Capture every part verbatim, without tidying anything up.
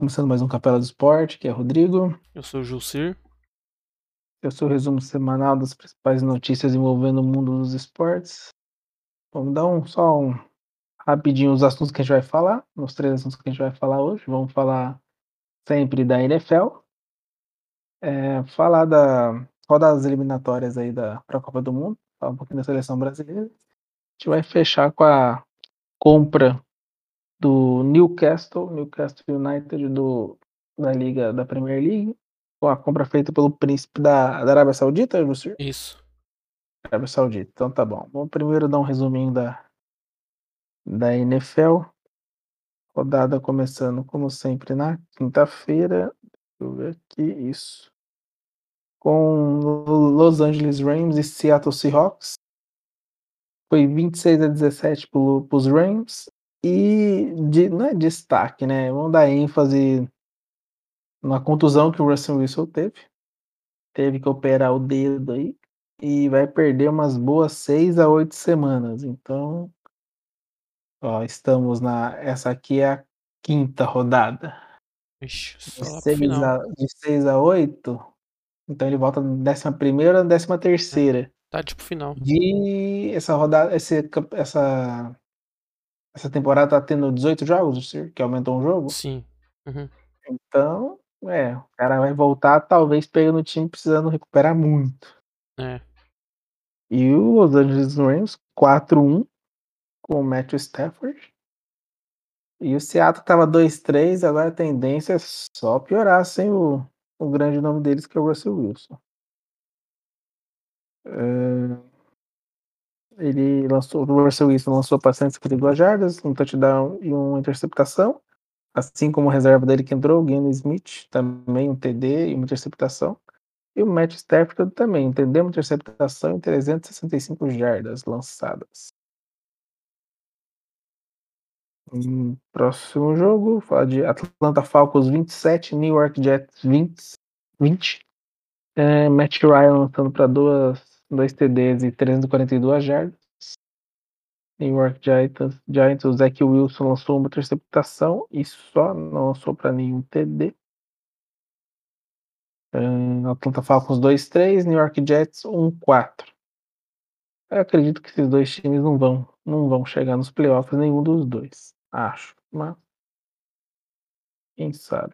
Começando mais um Capela do Esporte, que é Rodrigo. Eu sou o Julcir. Eu sou o resumo semanal das principais notícias envolvendo o mundo dos esportes. Vamos dar um, só um rapidinho os assuntos que a gente vai falar, os três assuntos que a gente vai falar hoje. Vamos falar sempre da N F L, é, falar da rodadas eliminatórias aí da para a Copa do Mundo, falar um pouquinho da seleção brasileira. A gente vai fechar com a compra do Newcastle, Newcastle United do, da Liga da Premier League, com a compra feita pelo príncipe da, da Arábia Saudita, Júlio? Isso. Arábia Saudita. Então tá bom. Vamos primeiro dar um resuminho da, da N F L. Rodada começando, como sempre, na quinta-feira. Deixa eu ver aqui, isso. Com Los Angeles Rams e Seattle Seahawks. Foi vinte e seis a dezessete para os Rams. E de, não é destaque, né? Vamos dar ênfase na contusão que o Russell Wilson teve. Teve que operar o dedo aí. E vai perder umas boas seis a oito semanas. Então, ó, estamos na. Essa aqui é a quinta rodada. Ixi, De só lá pro seis final. a, de seis a oito. Então ele volta na décima primeira ou décima É, terceira. tá tipo final. De essa rodada, esse, camp- essa, essa temporada tá tendo dezoito jogos, Sir, que aumentou um jogo. Sim. Uhum. Então, é, o cara vai voltar, talvez pegando o time precisando recuperar muito. É. E o Los Angeles Rams, quatro a um, com o Matthew Stafford. E o Seattle tava dois a três, agora a tendência é só piorar sem o, o grande nome deles, que é o Russell Wilson. É, ele lançou, o Russell Wilson lançou para cento e cinquenta e duas jardas, um touchdown e uma interceptação. Assim como o reserva dele que entrou, o Geno Smith, também um T D e uma interceptação. E o Matt Stafford também, um T D, uma interceptação e trezentas e sessenta e cinco jardas lançadas. Em próximo jogo, falar de Atlanta Falcons vinte e sete, New York Jets vinte. vinte. É, Matt Ryan lançando para dois T Ds e trezentas e quarenta e duas jardas. New York Giants, Giants, o Zach Wilson lançou uma interceptação e só não lançou para nenhum T D. Uh, Atlanta Falcons dois a três, New York Jets um a quatro. Eu acredito que esses dois times não vão, não vão chegar nos playoffs, nenhum dos dois. Acho, mas quem sabe.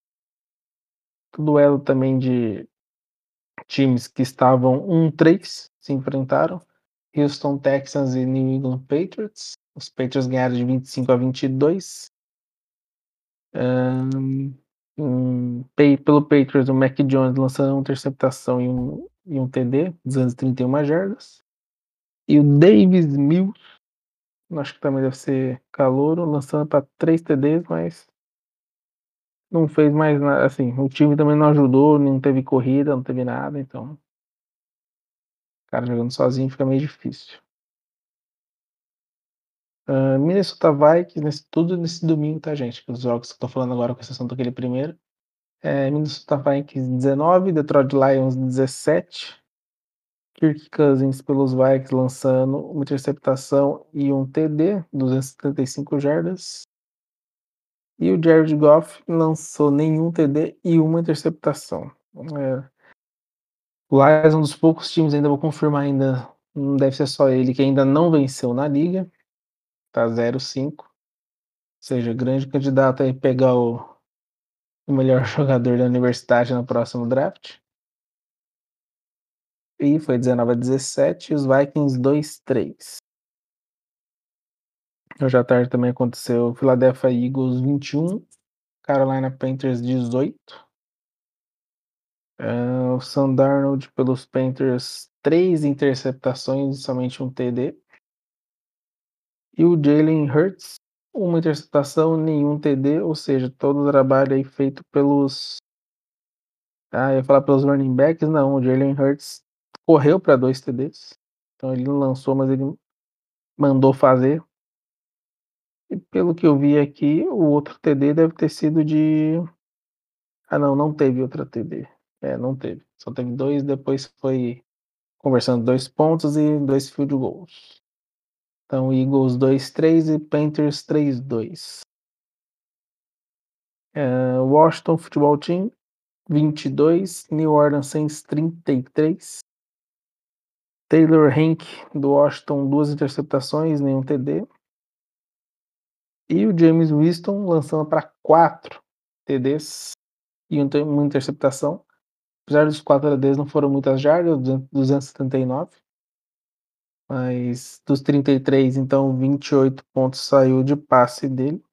Duelo também de times que estavam um a três se enfrentaram. Houston Texans e New England Patriots. Os Patriots ganharam de vinte e cinco a vinte e dois. Um, um, pelo Patriots, o Mac Jones lançando uma interceptação e um, e um T D, duzentas e trinta e uma jardas. E o Davis Mills, acho que também deve ser calouro, lançando para três T Ds, mas não fez mais nada. Assim, o time também não ajudou, não teve corrida, não teve nada, então. O cara jogando sozinho fica meio difícil. Uh, Minnesota Vikings, nesse, tudo nesse domingo, tá, gente? Os jogos que eu tô falando agora, com exceção daquele primeiro. É, Minnesota Vikings dezenove, Detroit Lions dezessete. Kirk Cousins pelos Vikings lançando uma interceptação e um T D, duzentas e setenta e cinco jardas. E o Jared Goff lançou nenhum T D e uma interceptação. É, o Lions é um dos poucos times, ainda vou confirmar ainda, não deve ser só ele, que ainda não venceu na liga. Tá zero a cinco. Ou seja, grande candidato a pegar o, o melhor jogador da universidade no próximo draft. E foi dezenove a dezessete, e os Vikings dois a três. Hoje à tarde também aconteceu Philadelphia Eagles vinte e um, Carolina Panthers dezoito. Uh, o Sam Darnold pelos Panthers, três interceptações e somente um T D. E o Jalen Hurts, uma interceptação, nenhum T D, ou seja, todo o trabalho aí feito pelos. Ah, eu ia falar pelos running backs, não. O Jalen Hurts correu para dois T Ds. Então ele não lançou, mas ele mandou fazer. E pelo que eu vi aqui, o outro T D deve ter sido de. Ah, não, não teve outra T D. É, não teve. Só teve dois, depois foi conversando dois pontos e dois field goals. Então, Eagles dois a três e Panthers três a dois. Hã, Washington Football Team, vinte e dois, New Orleans Saints, trinta e três. Taylor Heinicke, do Washington, duas interceptações, nenhum T D. E o Jameis Winston lançando para quatro T Ds e um uma interceptação. Apesar dos quatro T Ds não foram muitas jardas, duzentos e setenta e nove. Mas dos trinta e três, então vinte e oito pontos saiu de passe dele.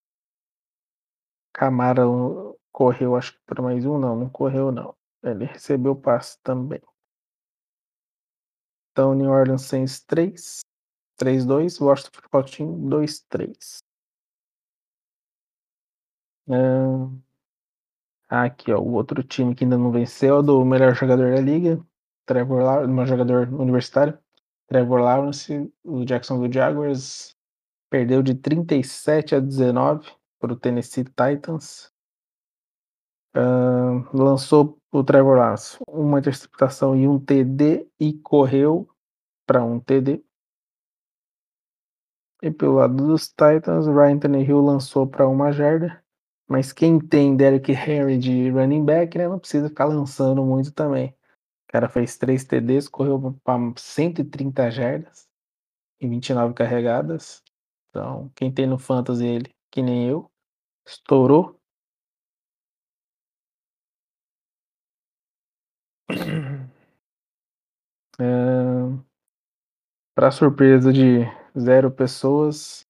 Camara correu acho que para mais um, não, não correu não. Ele recebeu passe também. Então New Orleans Saints três, três dois, Washington Football Team dois três. Hã, aqui ó, o outro time que ainda não venceu é do melhor jogador da liga, Trevor Lawrence, meu jogador universitário, Trevor Lawrence, o Jacksonville Jaguars perdeu de trinta e sete a dezenove para o Tennessee Titans. Hã, lançou o Trevor Lawrence uma interceptação e um T D e correu para um T D. E pelo lado dos Titans, o Ryan Tannehill lançou para uma jarda, mas quem tem Derrick Henry de running back, né, não precisa ficar lançando muito também. O cara fez três T Ds, correu para cento e trinta jardas e vinte e nove carregadas. Então, quem tem no fantasy ele, que nem eu, estourou. Hã, para surpresa de zero pessoas,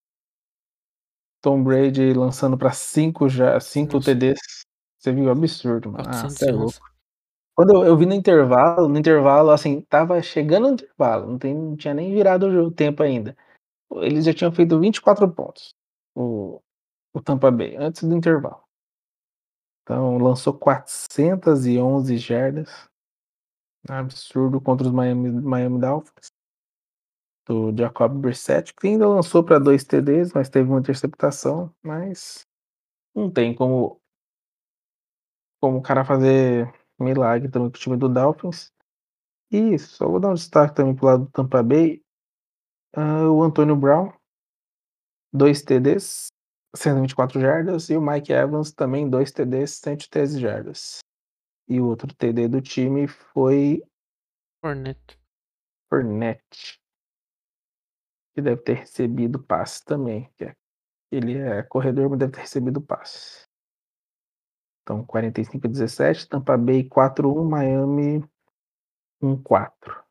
Tom Brady lançando para cinco ja cinco Nossa. T Ds. Você viu? Absurdo, mano. Ah, você quatrocentos é e onze. louco. Quando eu eu vi no intervalo no intervalo, assim, estava chegando no intervalo, não tem não tinha nem virado o tempo ainda. Eles já tinham feito vinte e quatro pontos, o o Tampa Bay, antes do intervalo. Então lançou quatrocentos e onze jardas. Absurdo contra os Miami Miami Dolphins. Do Jacob Brissett, que ainda lançou para dois T Ds, mas teve uma interceptação, mas não tem como como o cara fazer milagre também com o time do Dolphins. E só vou dar um destaque também para o lado do Tampa Bay, hã, o Antônio Brown, dois T Ds, cento e vinte e quatro jardas, e o Mike Evans também dois T Ds, cento e treze jardas. E o outro T D do time foi Fournette. Fournette, que deve ter recebido passe também, que é ele é corredor, mas deve ter recebido passe. Então quarenta e cinco a dezessete, Tampa Bay quatro um, Miami um quatro.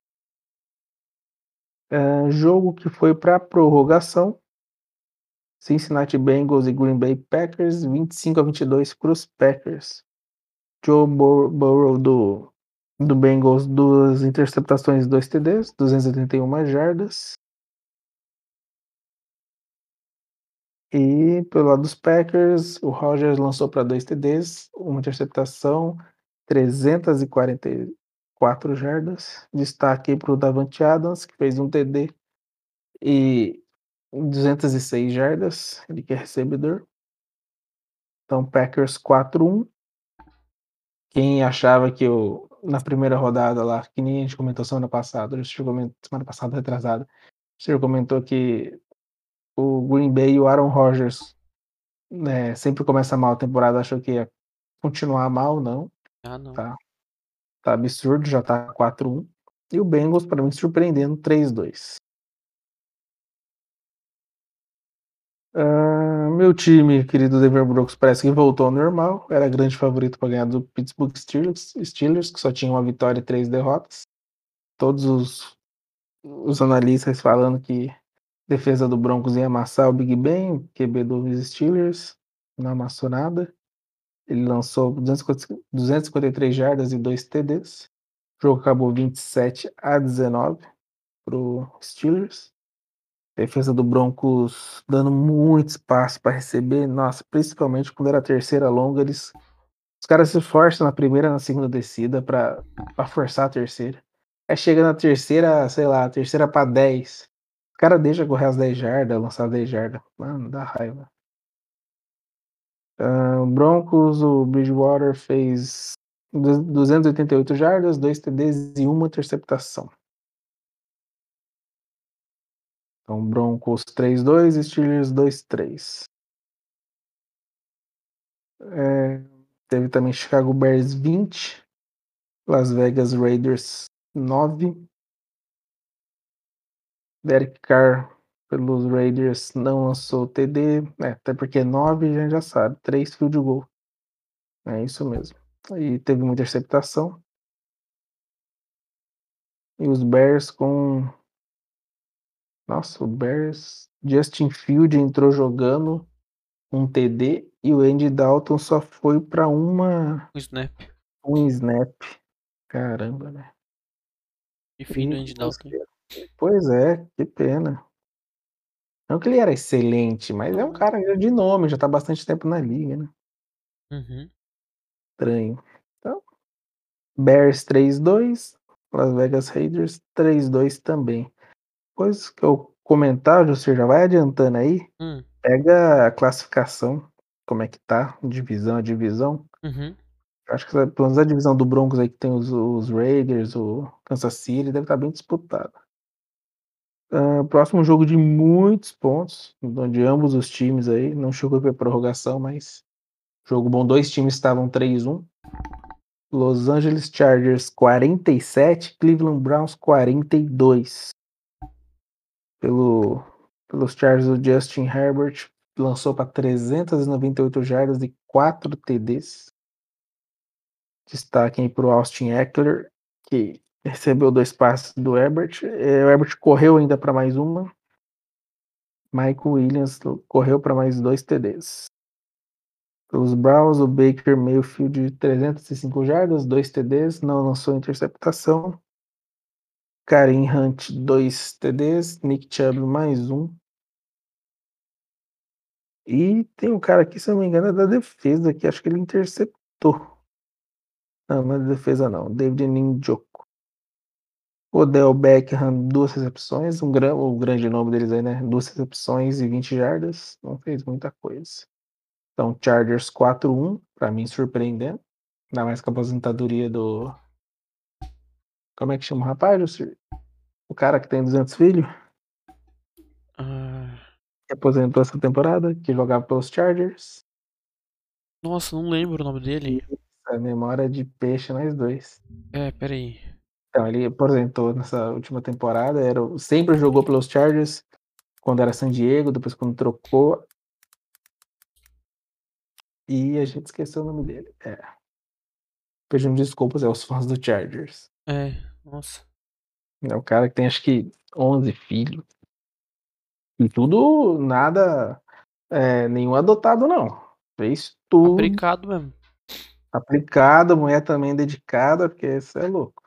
Hã, jogo que foi pra prorrogação. Cincinnati Bengals e Green Bay Packers, vinte e cinco a vinte e dois para os Packers. Joe Bur Burrow do do Bengals, duas interceptações, dois T Ds, duzentas e oitenta e uma jardas. E pelo lado dos Packers, o Rodgers lançou para dois T Ds, uma interceptação, trezentas e quarenta e quatro jardas. Destaque para o Davante Adams, que fez um T D e duzentas e seis jardas, ele que é recebedor. Então Packers quatro um. Quem achava que o na primeira rodada lá, que nem a gente comentou semana passada, a gente comen semana passada retrasada, o senhor comentou que o Green Bay e o Aaron Rodgers, né, sempre começa mal a temporada, achou que ia continuar mal, não, Ah, não. tá tá absurdo, já tá quatro um. E o Bengals, pra mim, surpreendendo três dois. Hã, meu time querido Denver Broncos parece que voltou ao normal, era grande favorito para ganhar do Pittsburgh Steelers Steelers, que só tinha uma vitória e três derrotas. Todos os os analistas falando que defesa do Broncos ia amassar o Big Ben, Q B dos Steelers, não amassou nada. Ele lançou duzentas e cinquenta duzentas e cinquenta e três jardas e dois T Ds. O jogo acabou vinte e sete a dezenove para o Steelers. Defesa do Broncos dando muito espaço para receber, nossa, principalmente quando era a terceira longa, eles os caras se forçam na primeira e na segunda descida para pra forçar a terceira. Aí chega na terceira, sei lá, terceira para dez, o cara deixa correr as dez jardas, lançar dez jardas. Mano, dá raiva. Hã, Broncos, o Bridgewater fez du duzentas e oitenta e oito jardas, dois T Ds e uma interceptação. Então Broncos três dois, Steelers dois três. Eh, teve também Chicago Bears vinte, Las Vegas Raiders nove. Derek Carr, pelos Raiders, não lançou T D, né, até porque nove a gente já sabe, três field goal. É isso mesmo. E teve uma interceptação. E os Bears com nossa, o Bears, Justin Fields entrou jogando um T D e o Andy Dalton só foi pra uma Um snap. um snap. Caramba, né. Que fim do E Andy Dalton, hein. você pois é, que pena. Não que ele era excelente, mas é Não, um mas cara já de nome, já tá há bastante tempo na liga, né. Uhum. Estranho. Então, Bears três dois, Las Vegas Raiders três dois também. Coisas que eu comentar, você já vai adiantando aí, Hum. pega a classificação, como é que tá, divisão a divisão. Uhum. Eu acho que pelo menos a divisão do Broncos aí que tem os os Raiders, o Kansas City, deve estar bem disputada. Hã, próximo jogo de muitos pontos, onde ambos os times aí não chegou pra prorrogação, mas jogo bom, dois times estavam três um. Los Angeles Chargers quarenta e sete, Cleveland Browns quarenta e dois. Pelo pelos Chargers, o Justin Herbert lançou pra trezentas e noventa e oito jardas e quatro T Ds. Destaque aí para o Austin Ekeler, que recebeu dois passes do Herbert, eh, o Herbert correu ainda pra mais uma. Michael Williams correu pra mais dois T Ds. Pelos Browns, o Baker Mayfield trezentas e cinco jardas, dois T Ds, não lançou interceptação. Kareem Hunt, dois T Ds, Nick Chubb mais um. E tem um cara aqui, se eu não me engano, é da defesa, que acho que ele interceptou. Não, não é da defesa não, David Njoku. Odell Beckham, duas recepções, um gran o grande nome deles aí, né, duas recepções e vinte jardas, não fez muita coisa. Então Chargers quatro um, pra mim surpreendendo, ainda mais com a aposentadoria do como é que chama o rapaz, Josir? O cara que tem duzentos filho? Ah. Que aposentou essa temporada, que jogava pelos Chargers. Nossa, não lembro o nome dele. A memória de peixe nós dois. É, espera aí. Então, ele aposentou nessa última temporada, era o sempre jogou pelos Chargers, quando era San Diego, depois quando trocou e a gente esqueceu o nome dele. É. Pedindo desculpas aos fãs do Chargers. É, nossa. É o cara que tem acho que onze filho. E tudo nada, eh, nenhum adotado não, fez tudo Fabricado mesmo. aplicado, a mulher também dedicada, porque cê é louco.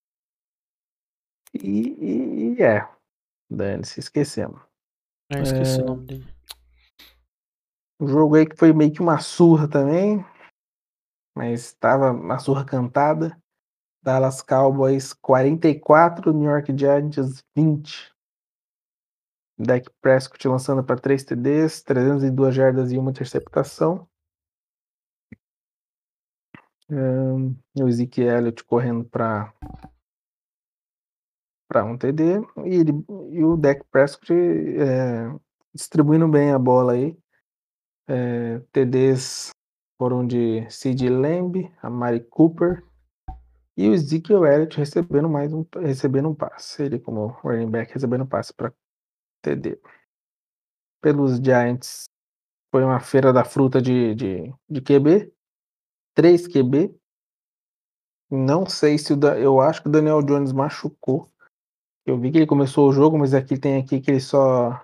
E e e é, dane-se, esquecemos. É, esqueci o Eh nome dele. um jogo aí que foi meio que uma surra também, mas estava uma surra cantada. Dallas Cowboys quarenta e quatro, New York Giants vinte. Dak Prescott lançando pra três T Ds, trezentas e duas jardas e uma interceptação. Hã, o Ezekiel Elliott correndo pra pra um T D e ele e o Dak Prescott, eh, distribuindo bem a bola aí. Eh, T Ds foram de CeeDee Lamb, Amari Cooper e o Ezekiel Elliott recebendo mais um recebendo um passe, ele como running back recebendo passe pra T D. Pelos Giants, foi uma feira da fruta de de de QB, três QB. Não sei se o da eu acho que o Daniel Jones machucou. Eu vi que ele começou o jogo, mas aqui tem aqui que ele só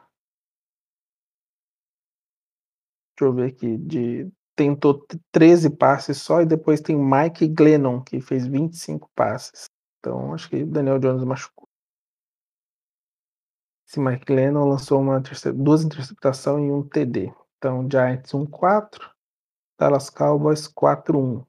deixa eu ver aqui, de tentou t treze passes só e depois tem Mike Glennon, que fez vinte e cinco passes. Então acho que o Daniel Jones machucou. Esse Mike Glennon lançou uma interce duas interceptação e um T D. Então Giants um quatro, Dallas Cowboys quatro um.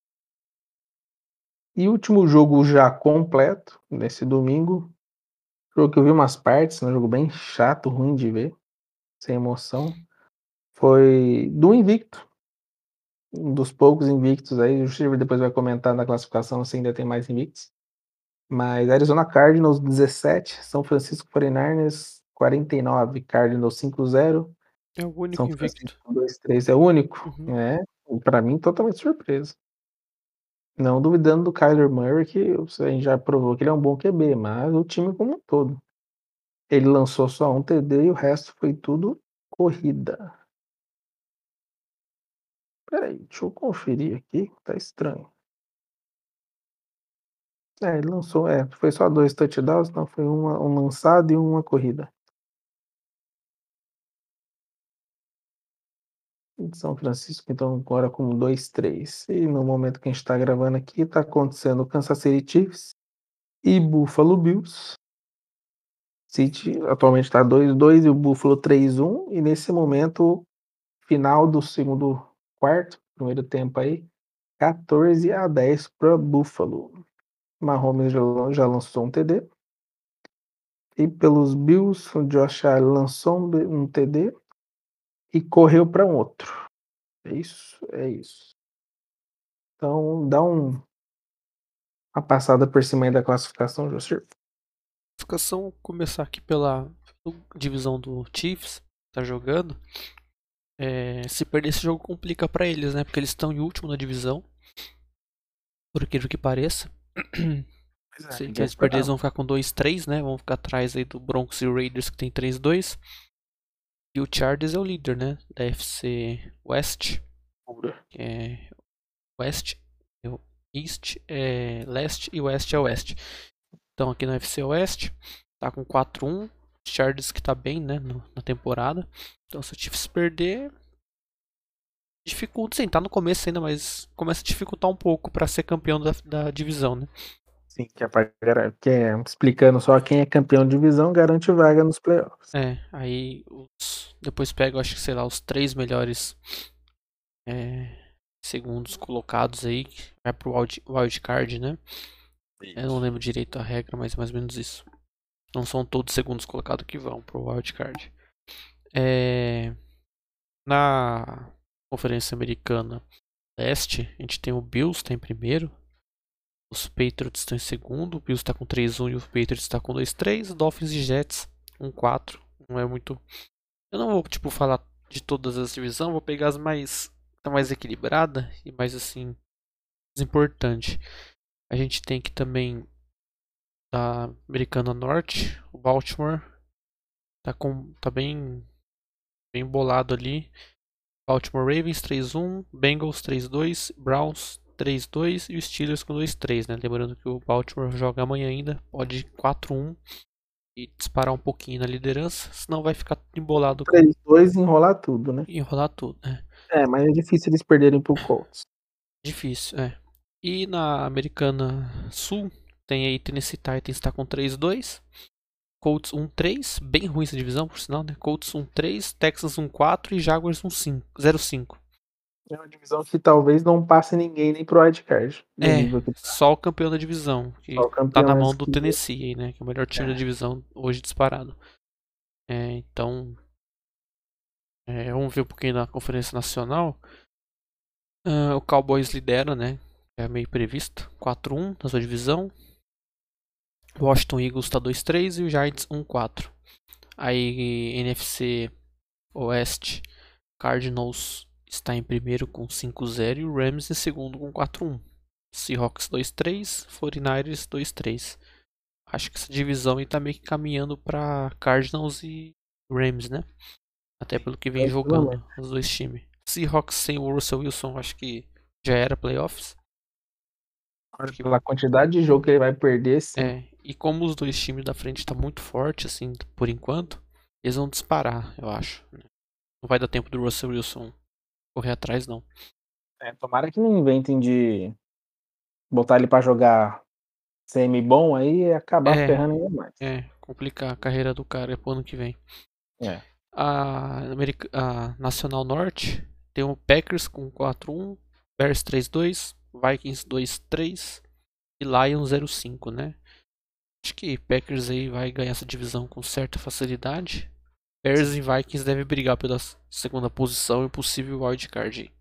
E último jogo já completo, nesse domingo, jogo que eu vi umas partes, um jogo bem chato, ruim de ver, sem emoção, foi do invicto. Um dos poucos invictos aí, o Steve depois vai comentar na classificação se ainda tem mais invictos. Mas Arizona Cardinals dezessete, São Francisco forty Niners quarenta e nove, Cardinals cinco zero, É o único São Francisco invicto. dois três, é o único? Uhum. É, Pra mim, totalmente surpresa. Não duvidando do Kyler Murray, que a gente já provou que ele é um bom Q B, mas o time como um todo. Ele lançou só um T D e o resto foi tudo corrida. Espera aí, deixa eu conferir aqui, tá estranho. É, ele lançou, é, foi só dois touchdowns, não, foi uma um lançado e uma corrida. São Francisco, então, agora com dois três. E no momento que a gente tá gravando aqui, tá acontecendo Kansas City Chiefs e Buffalo Bills. City atualmente tá dois dois e o Buffalo três um. E nesse momento, final do segundo quarto, primeiro tempo aí, quatorze a dez para Buffalo. Mahomes já, já lançou um T D. E pelos Bills, o Josh Allen lançou um, um T D e correu para um outro. É isso, é isso. Então, dá um, uma passada por cima aí da classificação, Josir. Classificação, começar aqui pela divisão do Chiefs, tá jogando. É, se perder esse jogo complica pra eles, né? Porque eles estão em último na divisão. Por incrível que pareça. Pois é, Se ninguém eles perderem, eles esperava. vão ficar com dois três, né? Vão ficar atrás aí do Broncos e Raiders, que tem três dois. E o Chargers é o líder, né? Da F C West. Que é West, é o East, é Leste e West é Oeste. Então aqui no F C Oeste, tá com quatro um. Chargers que tá bem, né? No, na temporada. Então se o Chiefs perder, dificulta, sim, tá no começo ainda, mas começa a dificultar um pouco pra ser campeão da, da divisão, né? Sim, que é, pra, que é explicando só quem é campeão de divisão garante vaga nos playoffs. É, aí os, depois pega, acho que sei lá, os três melhores é, segundos colocados aí, que vai pro wild, wild card, né? Eu não lembro direito a regra, mas mais ou menos isso. Não são todos segundos colocados que vão pro wild card. É, na Conferência Americana Leste, a gente tem o Bills, tá em primeiro. Os Patriots estão em segundo. O Bills está com três um e o Patriots está com dois três. Dolphins e Jets um quatro. Não é muito. Eu não vou tipo falar de todas as divisões, vou pegar as mais tá mais equilibrada e mais assim mais importante. A gente tem que também da Americana Norte, o Baltimore tá com tá bem bem bolado ali. Baltimore Ravens três um, Bengals três dois, Browns três dois e o Steelers com dois três, né? Lembrando que o Baltimore joga amanhã ainda, pode ir quatro um e disparar um pouquinho na liderança, senão vai ficar embolado com três dois enrolar tudo, né? enrolar tudo, né? É, mas é difícil eles perderem pro Colts. Difícil, é. E na Americana Sul, tem aí Tennessee Titans tá com três dois, Colts um três, bem ruim essa divisão, por sinal, né? Colts um três, Texans um quatro e Jaguars um cinco, zero cinco. É uma divisão que talvez não passe ninguém nem pro wildcard, do É, nível que tá. só o campeão da divisão, que Só o tá campeão na mão mais do que... Tennessee aí, né? Que é o melhor time da É. divisão hoje disparado. É, então, é, vamos ver um pouquinho da Conferência Nacional. Uh, o Cowboys lidera, né? É meio previsto, quatro um na sua divisão. O Washington Eagles tá dois três e o Giants um quatro. Aí, N F C Oeste, Cardinals está em primeiro com cinco zero e o Rams em segundo com quatro um. Seahawks dois três, quarenta e nine ers dois três. Acho que essa divisão aí tá meio que caminhando pra Cardinals e Rams, né? Até pelo que vem jogando os dois times. Seahawks sem o Russell Wilson, acho que já era playoffs. Acho que pela quantidade de jogo que ele vai perder, sim. É, e como os dois times da frente tá muito forte, assim, por enquanto, eles vão disparar, eu acho. Não vai dar tempo do Russell Wilson correr atrás, não. É, tomara que não inventem de botar ele pra jogar semi-bom aí e acabar É, ferrando ainda mais. é, complicar a carreira do cara pro ano que vem. É. A, America, a Nacional Norte tem o Packers com quatro um, Bears três dois, Vikings dois três e Lions zero cinco, né? Acho que Packers aí vai ganhar essa divisão com certa facilidade. Bears e Vikings devem brigar pela segunda posição e possível wildcard.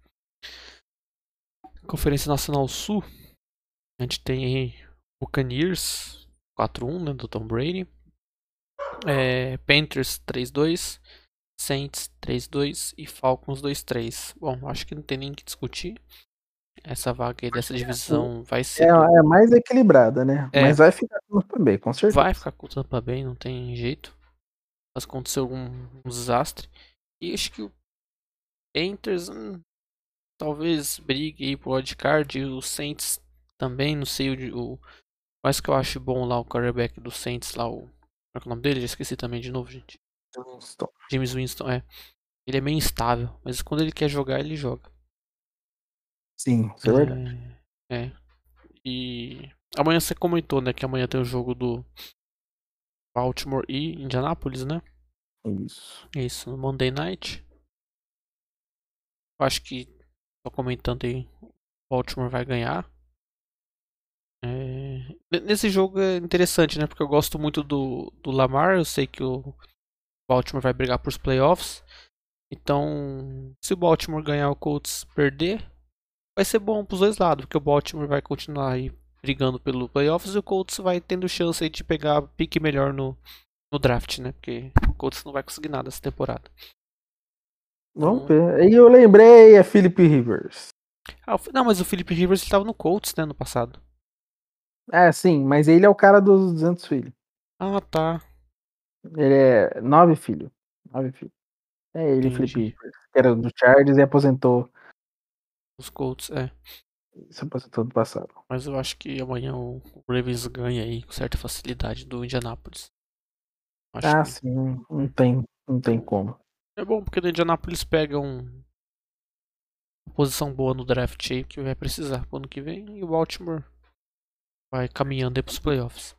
Conferência Nacional Sul, a gente tem aí Buccaneers quatro um, né, do Tom Brady. É, Panthers três dois, Saints três dois e Falcons dois três. Bom, acho que não tem nem o que discutir. Essa vaga aí dessa divisão vai É, ser do. é mais equilibrada, né? É, Mas vai ficar com o Tampa Bay, com vai certeza. ficar com o Tampa Bay, não tem jeito. Mas aconteceu algum um desastre. E acho que o Panthers hum, talvez brigue aí pro wildcard. E o Saints também, não sei o, o. Mas que eu acho bom lá o quarterback do Saints lá, o. Como é que é o nome dele? Já esqueci também de novo, gente. Winston. James Winston, é. Ele é meio instável, mas quando ele quer jogar, ele joga. Sim, isso é verdade. É, é. E amanhã você comentou, né, que amanhã tem o jogo do Baltimore e Indianapolis, né? Isso. Isso, no Monday Night. Eu acho que, tô comentando aí, o Baltimore vai ganhar. É, nesse jogo é interessante, né? Porque eu gosto muito do, do Lamar. Eu sei que o Baltimore vai brigar por os playoffs. Então, se o Baltimore ganhar, o Colts perder, vai ser bom pros dois lados, porque o Baltimore vai continuar aí brigando pelo playoffs e o Colts vai tendo chance aí de pegar pique melhor no, no draft, né? Porque o Colts não vai conseguir nada essa temporada. Vamos Então, ver. Aí eu lembrei, é Philip Rivers. ah, o- não, mas o Philip Rivers estava no Colts, né, no passado. É, sim, mas ele é o cara dos duzentos filhos. Ah, tá, Ele é nove filhos. Nove filhos. É ele, Philip entendi. Rivers. Que era do Chargers e aposentou. Os Colts, é. Se aposentou do passado. Mas eu acho que amanhã o o Ravens ganha aí com certa facilidade do Indianapolis. Acho Ah, que sim, não, não é. tem, não tem como. É bom porque o Indianapolis pega um, uma posição boa no draft aí que vai precisar pro ano que vem e o Baltimore vai caminhando aí pros playoffs.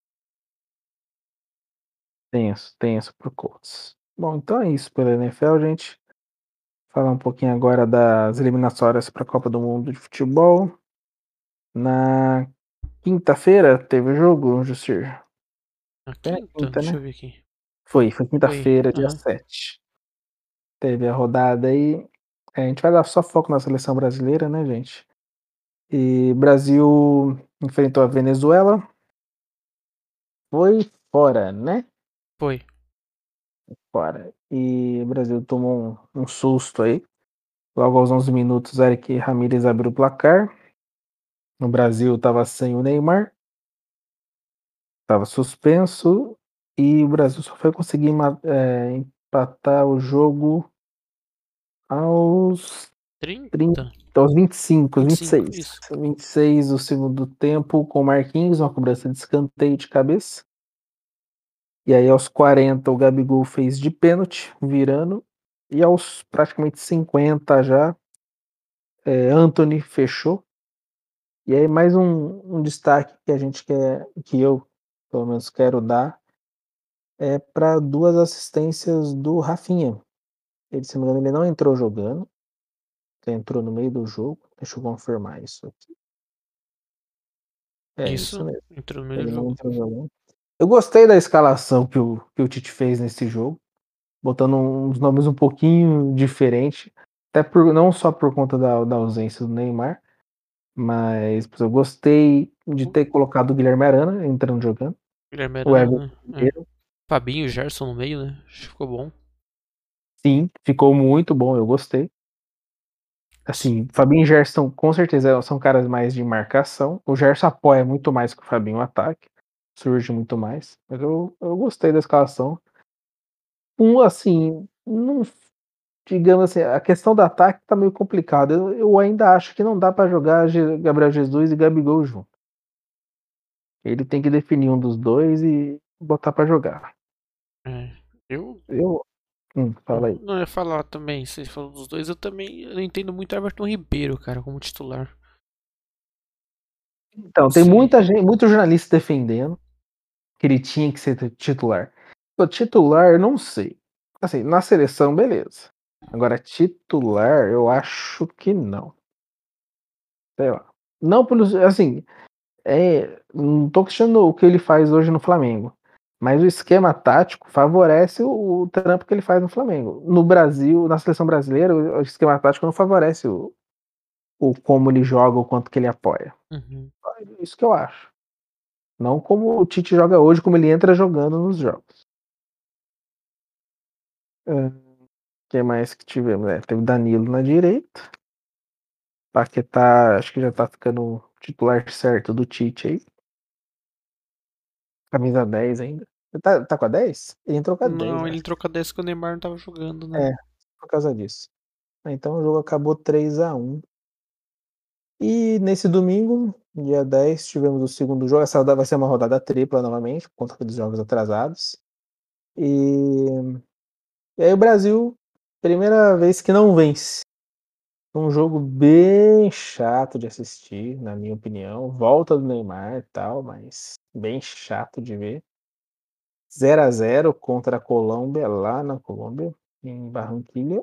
Tenso, tenso pro Colts. Bom, então é isso pela N F L, gente. Falar um pouquinho agora das eliminatórias para a Copa do Mundo de Futebol. Na quinta-feira teve o jogo, Jussir. Na Foi na quinta? quinta, Deixa né? eu ver aqui. Foi, foi Foi. quinta-feira, dia Aham. sete. Teve a rodada aí. É, a gente vai dar só foco na seleção brasileira, né, gente? E Brasil enfrentou a Venezuela. Foi fora, né? Foi. Fora. E o Brasil tomou um, um susto aí. Logo aos onze minutos, Eric Ramírez abriu o placar. O Brasil estava sem o Neymar, estava suspenso. E o Brasil só foi conseguir ma- é, empatar o jogo aos trinta, Trinta? aos vinte e cinco, Vinte e vinte e cinco, seis. isso. vinte e seis do segundo tempo com o Marquinhos, uma cobrança de escanteio de cabeça. E aí aos quarenta o Gabigol fez de pênalti, virando. E aos praticamente cinquenta já, é, Anthony fechou. E aí mais um, um destaque que a gente quer, que eu pelo menos quero dar, é para duas assistências do Rafinha. Ele, se não me engano, ele não entrou jogando, ele entrou no meio do jogo. Deixa eu confirmar isso aqui. É isso Isso. mesmo. Entrou no meio do Ele não jogo. entrou jogando. Eu gostei da escalação que o, que o Tite fez nesse jogo, botando uns nomes um pouquinho diferentes, até por, não só por conta da, da ausência do Neymar, mas eu gostei de ter colocado o Guilherme Arana entrando jogando, Guilherme o Everton Arana, né? É. Ribeiro. Fabinho e Gerson no meio, né? Acho que ficou bom. Sim, ficou muito bom, eu gostei. Assim, Fabinho e Gerson com certeza são caras mais de marcação. O Gerson apoia muito mais que o Fabinho no ataque, surge muito mais. Mas eu, eu gostei da escalação. Um, assim, não, digamos assim, a questão do ataque tá meio complicada. Eu, eu ainda acho que não dá para jogar Ge- Gabriel Jesus e Gabigol junto. Ele tem que definir um dos dois e botar para jogar. É. Eu. Eu, hum, fala aí. Não, eu ia falar também, você falou dos dois, eu também eu não entendo muito Everton Ribeiro, cara, como titular. Não Então, tem sei. muita gente, muito jornalista defendendo que ele tinha que ser titular. O titular, eu não sei. Assim, na seleção, beleza. Agora, titular, eu acho que não. Sei lá. Não pelos. Assim, é, não tô questionando o que ele faz hoje no Flamengo. Mas o esquema tático favorece o, o trampo que ele faz no Flamengo. No Brasil, na seleção brasileira, o, o esquema tático não favorece o, o como ele joga, o quanto que ele apoia. Uhum. É isso que eu acho. Não como o Tite joga hoje, como ele entra jogando nos jogos. É. que mais que tivemos? É, teve Danilo na direita. Paquetá, acho que já tá ficando titular certo do Tite aí. Camisa dez ainda. Tá, tá com a dez? Ele entrou com a dez, Não, ele acho. entrou com a dez que o Neymar não tava jogando, né? É, por causa disso. Então o jogo acabou três a um. E nesse domingo, dia dez, tivemos o segundo jogo. Essa vai ser uma rodada tripla novamente, por conta dos jogos atrasados. E, e aí o Brasil, primeira vez que não vence. Um jogo bem chato de assistir, na minha opinião. Volta do Neymar e tal, mas bem chato de ver. zero a zero contra a Colômbia, lá na Colômbia, em Barranquilla.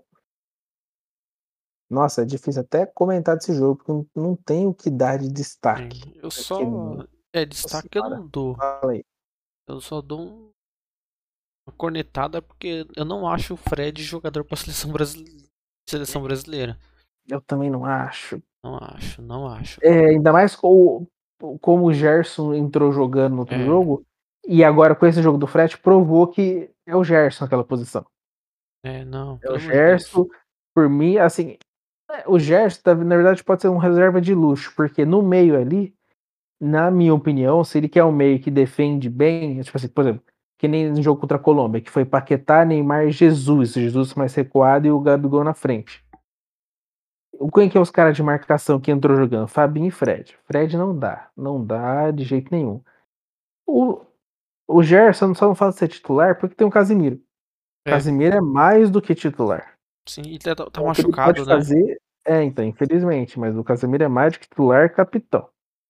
Nossa, é difícil até comentar desse jogo, porque não, não tem o que dar de É, destaque. eu Porque, só. É, nossa destaque eu senhora, não dou. fala aí. Eu só dou um- uma cornetada porque eu não acho o Fred jogador pra seleção brasileira. Seleção brasileira. Eu também não acho. Não acho, não acho. É, ainda mais com, como o Gerson entrou jogando no outro É, jogo, e agora com esse jogo do Fred, provou que é o Gerson aquela posição. é, não, É pelo o amor de Deus. Gerson, por mim, assim, é, o Gerson, tá- na verdade, pode ser um reserva de luxo, porque no meio ali, na minha opinião, se ele quer um meio que defende bem, tipo assim, por exemplo, que nem no jogo contra a Colômbia, que foi Paquetá, Neymar e Jesus, Jesus mais recuado e o Gabigol na frente. O quem que é os caras de marcação que entrou jogando? Fabinho e Fred. Fred não dá, não dá de jeito nenhum. O, o Gerson só não faz ser titular porque tem o Casimiro. O É, Casimiro é mais do que titular. sim, ele tá, tá Então, o que ele pode machucado, né? fazer é, então, infelizmente, mas o Casemiro é mais do que titular, capitão.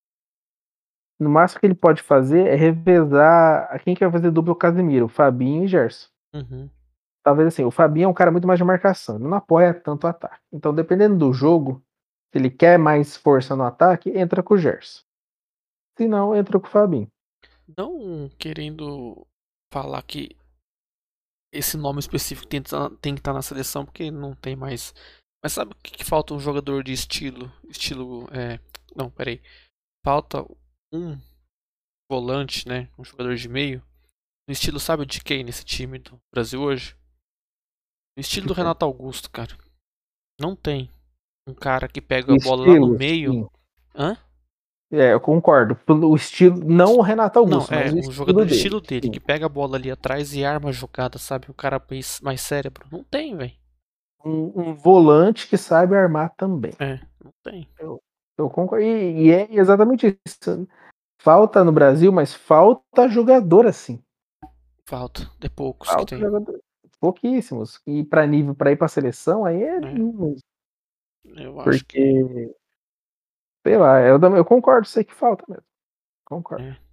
No máximo que ele pode fazer é revezar a quem quer fazer dupla o Casemiro, o Fabinho e Gerson. Uhum. Talvez assim, o Fabinho é um cara muito mais de marcação, ele não apoia tanto o ataque. Então, dependendo do jogo, se ele quer mais força no ataque, entra com o Gerson. Se não, entra com o Fabinho. Não querendo falar que esse nome específico tem, que tá- tem que estar na seleção, porque não tem mais. Mas sabe o que, que falta um jogador de estilo? Estilo. É... Não, peraí. Falta um volante, né? Um jogador de meio. No estilo, sabe de quem nesse time do Brasil hoje? No estilo Que do tem. Renato Augusto, cara. Não tem um cara que pega a bola lá no Estilo, meio. sim. Hã? É, eu concordo. O estilo, não o Renato Não, Augusto, é, mas o um jogador estilo de dele. estilo dele, Sim. que pega a bola ali atrás e arma a jogada, sabe? Um cara mais, mais cérebro. Não tem, velho. Um, um volante que sabe armar também. É, não tem. Eu, eu concordo. E, e é exatamente isso. Falta no Brasil, mas falta jogador assim. Falta. De poucos que Falta tem. jogador. Pouquíssimos. E para nível, para ir para seleção, aí é É, nenhum mesmo. eu acho que. Porque, sei lá, eu, também- eu concordo, sei que falta mesmo. Concordo. É.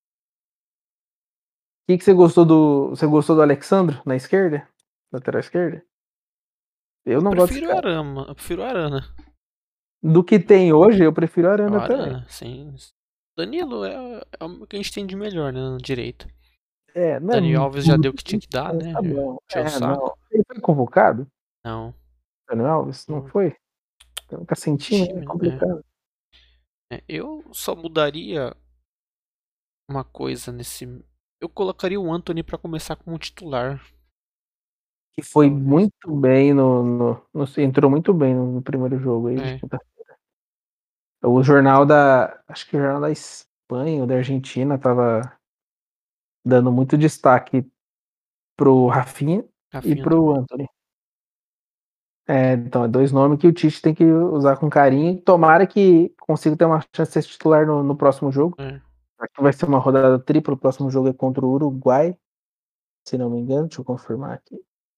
O que, que você gostou do. Você gostou do Alexandro na esquerda? Lateral esquerda? Eu Eu não gosto desse prefiro o cara. Arama. Eu prefiro o Arana. Do que tem hoje, eu prefiro a É o Arana também. Arana, sim. Danilo é, é o que a gente tem de melhor, né? Na direita. É, não é Dani Alves já muito, deu o que tinha que dar, mas né? tá bom. Encheu o É, não. saco. Ele foi convocado? Não. Daniel Alves? Não Não. foi? Ficar sentindo, é Time, né? complicado. É. É, eu só mudaria uma coisa nesse. Eu colocaria o Anthony pra começar como titular, Que foi talvez. muito bem no, no, no- entrou muito bem no, no primeiro jogo aí de É. quinta. O jornal da, acho que o jornal da Espanha ou da Argentina tava dando muito destaque pro Rafinha e Rafinha pro também. Anthony. É, então, é dois nomes que o Tite tem que usar com carinho. Tomara que consiga ter uma chance de ser titular no, no próximo jogo. É. Aqui vai ser uma rodada tripla. O próximo jogo é contra o Uruguai, se não me engano. Deixa eu confirmar aqui.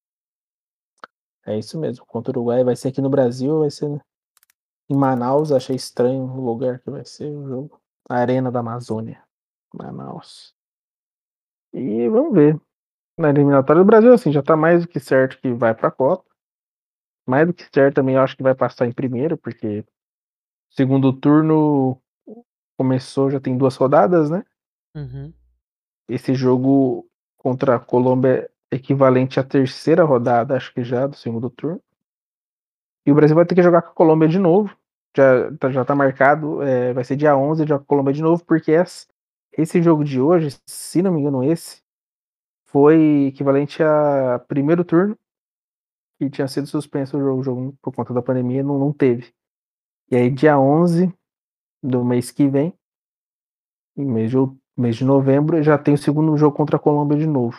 É isso mesmo. Contra o Uruguai vai ser aqui no Brasil, vai ser em Manaus. Achei estranho o lugar que vai ser o jogo. Arena da Amazônia, Manaus. E vamos ver. Na eliminatória do Brasil, assim, já tá mais do que certo que vai pra Copa. Mais do que certo também, eu acho que vai passar em primeiro, porque segundo turno começou, já tem duas rodadas, né? Uhum. Esse jogo contra a Colômbia é equivalente à terceira rodada, acho que já, do segundo turno. E o Brasil vai ter que jogar com a Colômbia de novo. Já tá, já tá marcado, é, vai ser dia onze, joga com a Colômbia de novo, porque esse, esse jogo de hoje, se não me engano, esse foi equivalente a primeiro turno que tinha sido suspenso o jogo o jogo por conta da pandemia, não não teve. E aí dia onze do mês que vem mês de out mês de novembro, já tem o segundo jogo contra a Colômbia de novo.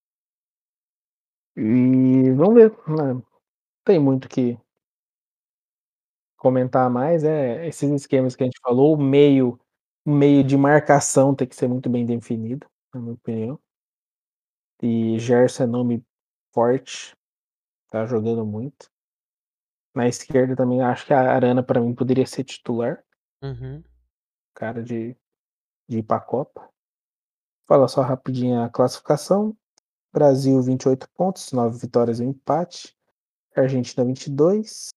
E vamos ver, né, tem muito que comentar mais, é esses esquemas que a gente falou, o meio o meio de marcação tem que ser muito bem definido, na minha opinião. E Gerson é nome forte, tá jogando muito. Na esquerda também acho que a Arana pra mim poderia ser titular. Uhum. Cara de de ir pra Copa. Fala só rapidinho a classificação, Brasil vinte e oito pontos, nove vitórias e um empate, Argentina vinte e dois.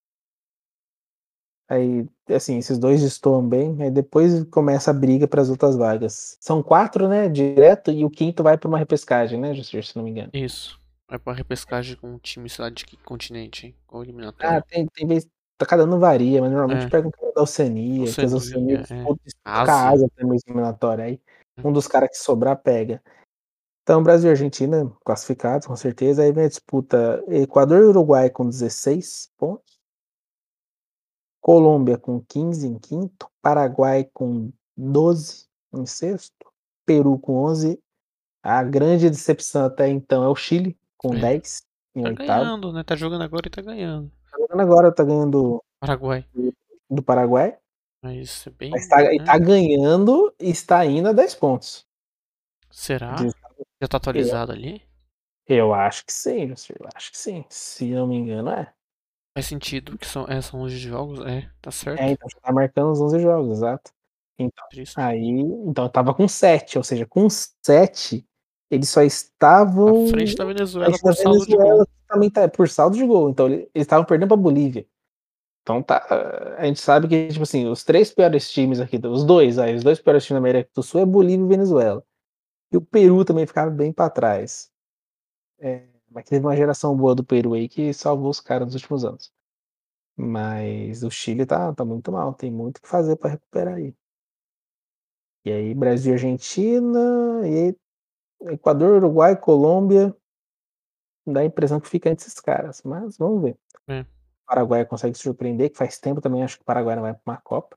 Aí, assim, esses dois destoam bem, aí depois começa a briga para as outras vagas. São quatro, né, direto, e o quinto vai para uma repescagem, né, Justur, se não me engano. Isso. Vai pra repescagem com um time, sei lá, de que continente, hein? Qual Ah, eliminatória? tem tem vez tá cada ano varia, mas normalmente É. pega um cara da Oceania, que as Oceania Oceania, é. disputam disputam com a Ásia. Ásia também as eliminatória, aí Hum. um dos cara que sobrar pega. Então Brasil e Argentina classificados, com certeza, aí vem a disputa Equador e Uruguai com dezesseis pontos. Colômbia com quinze em quinto, Paraguai com doze em sexto, Peru com onze. A grande decepção até então é o Chile, com É. dez em Tá oitavo. ganhando, né? Tá jogando agora e tá ganhando. Tá jogando agora, tá ganhando Paraguai. do do Paraguai. Mas é Mas bem, tá e né? tá ganhando e está indo a dez pontos. Será? De Já tá eu atualizado ali? eu acho que sim, Justur, eu acho que sim. Se não me engano, é. Faz sentido que são é, são onze jogos, é, tá É, certo. então já tá marcando os onze jogos, exato. Então, Triste. aí então estava com sete, ou seja, com sete, eles só À frente estavam da à Venezuela frente da por saldo de Venezuela, gol. que também tá por saldo de gol, então ele eles estavam perdendo pra Bolívia. Então tá, a gente sabe que, tipo assim, os três piores times aqui, os dois, vai, os dois piores times da América do Sul é Bolívia e Venezuela. E o Peru também ficava bem pra trás. É, mas teve uma geração boa do Peru aí que salvou os caras nos últimos anos. Mas o Chile tá tá muito mal, tem muito o que fazer pra recuperar aí. E aí Brasil e Argentina, e aí Equador, Uruguai, Colômbia, dá a impressão que fica entre esses caras, mas vamos ver. É. Paraguai consegue surpreender, que faz tempo também acho que o Paraguai não vai pra uma Copa.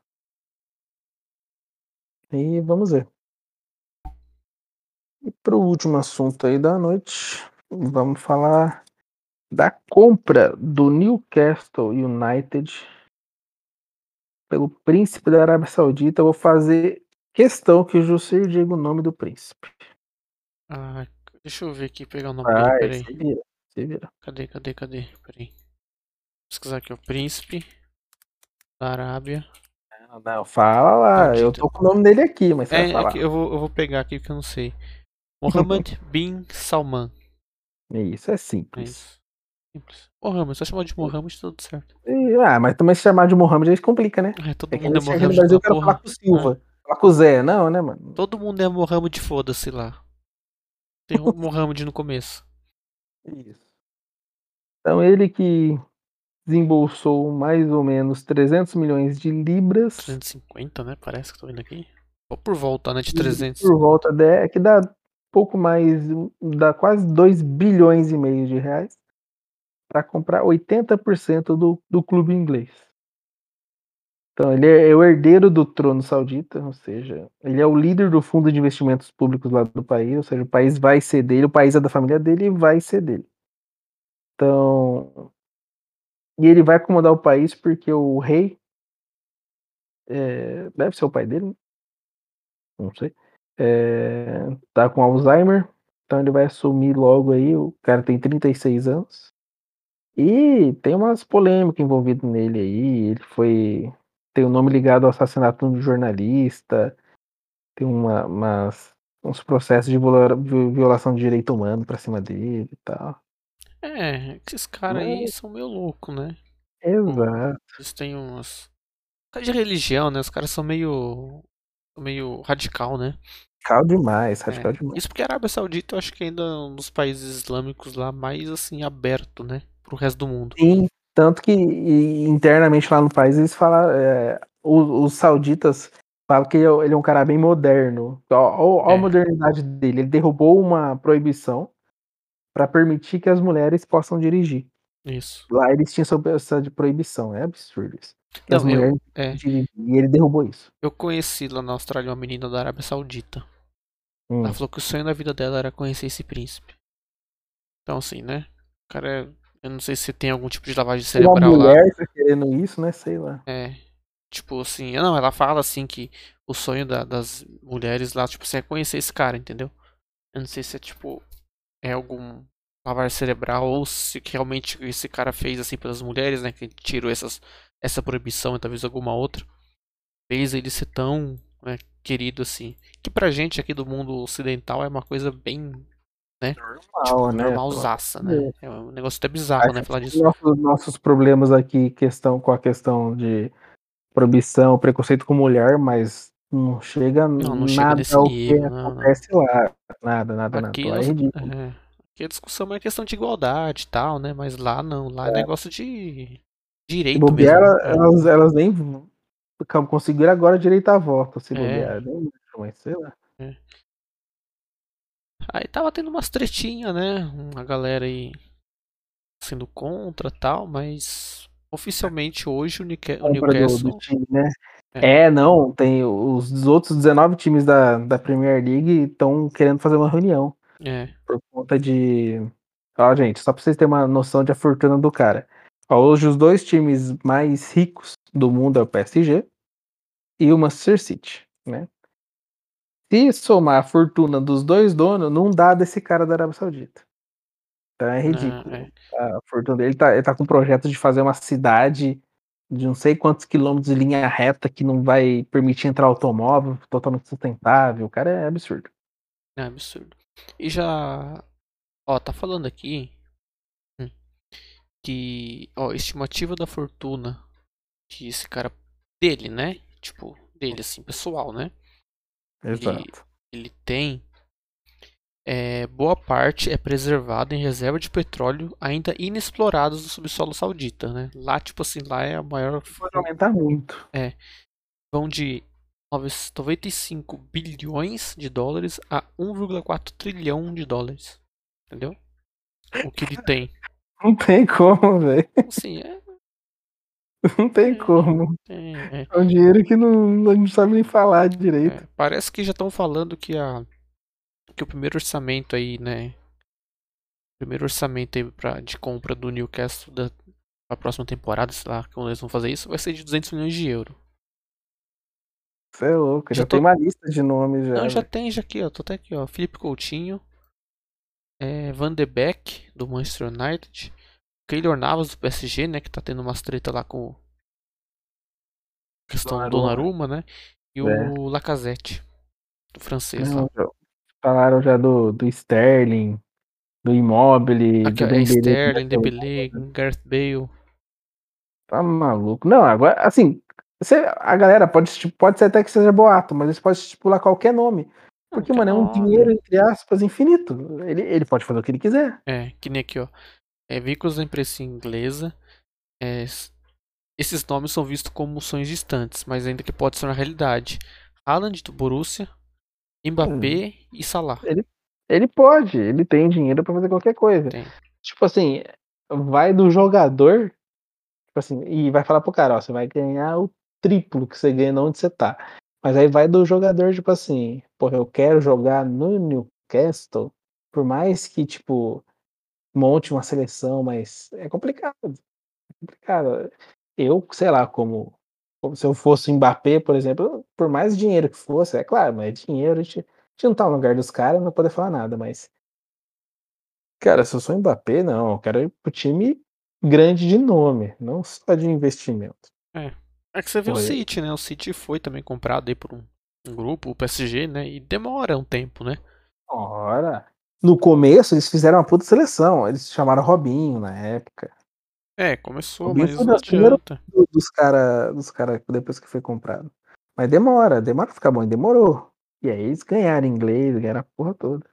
E vamos ver. E para o último assunto aí da noite, vamos falar da compra do Newcastle United pelo príncipe da Arábia Saudita. Eu vou fazer questão que o Jussier diga o nome do príncipe. Ah, deixa eu ver aqui, pegar o nome dele, Vai, pera aí. se vira, se vira. Cadê, cadê, cadê? Pera aí. Pesquisar aqui, o príncipe da Arábia Não, não, fala lá, eu Saudita. tô com o nome dele aqui, mas você vai É, aqui, falar. eu vou, eu vou pegar aqui porque eu não sei. Mohammed bin Salman. Isso é É simples. isso. Simples. Mohammed, só chamar de Mohammed, tudo certo. E, ah, mas também se chamar de Mohamed aí complica, né? É, todo É que mundo nem é se aqui no Mohammed Brasil naquela eu quero falar porra. com o É. Silva, falar com o Zé, não, né, mano? Todo mundo é Mohammed, foda-se lá. Tem um Mohammed no começo. Isso. Então ele que desembolsou mais ou menos trezentos milhões de libras, trezentos e cinquenta, né? Parece que tô vendo aqui. Ou por volta, né? De e trezentos e por cinquenta. volta de que dá pouco mais, dá quase dois bilhões e meio de reais, para comprar oitenta por cento do do clube inglês. Então ele é é o herdeiro do trono saudita, ou seja, ele é o líder do fundo de investimentos públicos lá do país, ou seja, o país vai ser dele, o país é da família dele e vai ser dele. Então e ele vai comandar o país porque o rei eh, deve ser o pai dele, né, não sei, eh, tá com Alzheimer, então ele vai assumir logo aí, o cara tem trinta e seis anos, e tem umas polêmica envolvido nele aí, ele foi tem o nome ligado ao assassinato de um jornalista, tem uma umas uns processos de viola vi violação de direito humano pra cima dele e tal. É, esses caras aí Mas são meio loucos, né? Tipo, exato. eles têm umas. Por causa de religião, né? Os caras são meio. meio radical, né? Radical demais, É. radical demais. Isso porque a Arábia Saudita eu acho que ainda é um dos países islâmicos lá mais assim aberto, né? Pro resto do mundo. Sim, tanto que e internamente lá no país eles falam, eh, o os sauditas falam que ele é um ele é um cara bem moderno. Ó ó ó a É. modernidade dele, ele derrubou uma proibição pra permitir que as mulheres possam dirigir. Isso. Lá eles tinham sob essa de proibição, é absurdo isso. Que as Não, eu mulheres é. de e ele derrubou isso. Eu conheci lá na Austrália uma menina da Arábia Saudita. Ela Hum. falou que o sonho da vida dela era conhecer esse príncipe. Então, assim, né? O cara, é- eu não sei se tem algum tipo de lavagem Uma cerebral lá. mulher tá querendo isso, né, sei lá. É. Tipo assim, não, ela fala assim que o sonho da- das mulheres lá, tipo assim, é conhecer esse cara, entendeu? Eu não sei se é tipo, é algum lavagem cerebral ou se que realmente esse cara fez assim pelas mulheres, né? Que tirou essas, essa proibição e talvez alguma outra. Fez ele ser tão, né, querido assim. Que pra gente aqui do mundo ocidental é uma coisa bem, né? Tipo, Normal, né, pelo amor normalzaça, de né? Deus. É um negócio até bizarro, né? Acho Falar que os disso. nossos nossos problemas aqui, questão com a questão de proibição, preconceito com mulher, mas não chega Não, não chega nada nesse ao que nível, não, não. acontece lá. Nada, nada, nada. Aqui, Lá é nós, ridículo. é, aqui a discussão é questão de igualdade e tal, né? Mas lá não, lá é É. negócio de Se direito bobear, mesmo. elas elas nem conseguiram agora direito à volta, se É, bobear, nem mas sei lá. é, é. Aí tava tendo umas tretinhas, né? Uma galera aí sendo contra tal, mas oficialmente hoje o, Newca- o Compra do do Newcastle. time, né. É, É, não, tem os outros dezenove times da da Premier League estão querendo fazer uma reunião, é, por conta de ó gente, só pra vocês terem uma noção de a fortuna do cara. Ó, hoje os dois times mais ricos do mundo é o P S G e o Manchester City, né. Se somar a fortuna dos dois donos, não dá desse cara da Arábia Saudita. Então é né, ridículo é. a fortuna dele. Ele tá ele tá com um projeto de fazer uma cidade de não sei quantos quilômetros de linha reta que não vai permitir entrar automóvel, totalmente sustentável. O cara é absurdo. É absurdo. E já, ó, tá falando aqui hum, que, ó, estimativa da fortuna que esse cara dele, né? Tipo, dele assim, pessoal, né? Ele, Exato. ele tem é, boa parte é preservada em reserva de petróleo ainda inexplorados no subsolo saudita, né? Lá, tipo assim, lá é a maior. Pode aumentar muito. É, vão de noventa e cinco bilhões de dólares a um vírgula quatro trilhão de dólares. Entendeu? O que ele tem. Não tem como, velho. Assim, é. Não tem É, como. é, é, É um dinheiro que não, a gente não sabe nem falar é. direito. Parece que já estão falando que, a, que o primeiro orçamento aí, né? O primeiro orçamento aí pra, de compra do Newcastle da a próxima temporada, sei lá, quando eles vão fazer isso, vai ser de duzentos milhões de euros. Você é louco, Já já tem tô. uma lista de nomes Não, já, já velho. tem, já aqui, ó. Tô até aqui, ó. Felipe Coutinho, é, Van de Beek, do Manchester United, Keylor Navas, do P S G, né? Que tá tendo umas treta lá com a questão do Donnarumma, Donnarumma, né? E é. o Lacazette, do francês Não, lá. já falaram já do, do Sterling, do Immobile, Aqui, do ó, é Dembélé que vai Sterling, ser o Dembélé, Gareth Bale. tá maluco. Não, agora, assim, você, a galera pode, esti- pode ser até que seja boato, mas eles podem estipular qualquer nome. Não, Porque, que é mano, é um dinheiro, nome. entre aspas, infinito. Ele, ele pode fazer o que ele quiser. É, que nem aqui, ó. É, veículos da imprensa inglesa. É, s- esses nomes são vistos como sonhos distantes, mas ainda que pode ser uma realidade. Haaland do Borussia, Hum, Mbappé e Salah. Ele, ele pode, ele tem dinheiro pra fazer qualquer coisa. Tem. Tipo assim, vai do jogador, tipo assim, e vai falar pro cara, ó, você vai ganhar o triplo que você ganha onde você tá. Mas aí vai do jogador, tipo assim, porra, eu quero jogar no Newcastle, por mais que, tipo, monte uma seleção, mas é complicado, complicado. Eu, sei lá, como, como se eu fosse o Mbappé, por exemplo, por mais dinheiro que fosse, é claro, mas é dinheiro, a gente, a gente não tá no lugar dos caras, não vai poder falar nada, mas, cara, se eu sou o Mbappé, não, eu quero ir pro time grande de nome, não só de investimento. É. É que você vê o Porra, City, né? O City foi também comprado aí por um, um grupo, o P S G, né? E demora um tempo, né? ora, no começo eles fizeram uma puta seleção, eles chamaram Robinho na época. É, começou, Robinho mas foi não das primeiros adianta. do dos cara dos cara depois que foi comprado. Mas demora, demora pra ficar bom, e demorou. E aí eles ganharam inglês, ganharam a porra toda.